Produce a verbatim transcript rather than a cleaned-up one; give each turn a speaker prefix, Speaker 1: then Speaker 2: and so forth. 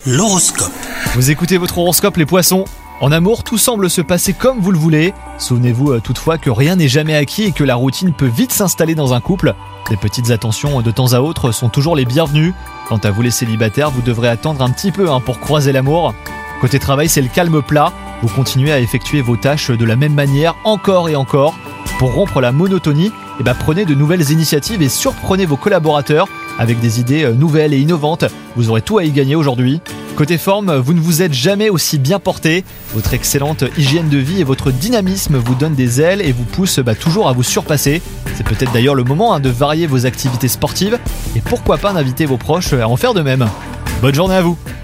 Speaker 1: L'horoscope.
Speaker 2: Vous écoutez votre horoscope les poissons. En amour, tout semble se passer comme vous le voulez. Souvenez-vous euh, toutefois que rien n'est jamais acquis et que la routine peut vite s'installer dans un couple. Des petites attentions de temps à autre sont toujours les bienvenues. Quant à vous les célibataires, vous devrez attendre un petit peu hein, pour croiser l'amour. Côté travail, c'est le calme plat. Vous continuez à effectuer vos tâches de la même manière encore et encore. Pour rompre la monotonie, eh ben, prenez de nouvelles initiatives et surprenez vos collaborateurs avec des idées nouvelles et innovantes. Vous aurez tout à y gagner aujourd'hui. Côté forme, vous ne vous êtes jamais aussi bien porté. Votre excellente hygiène de vie et votre dynamisme vous donnent des ailes et vous poussent bah, toujours à vous surpasser. C'est peut-être d'ailleurs le moment hein, de varier vos activités sportives et pourquoi pas d'inviter vos proches à en faire de même. Bonne journée à vous!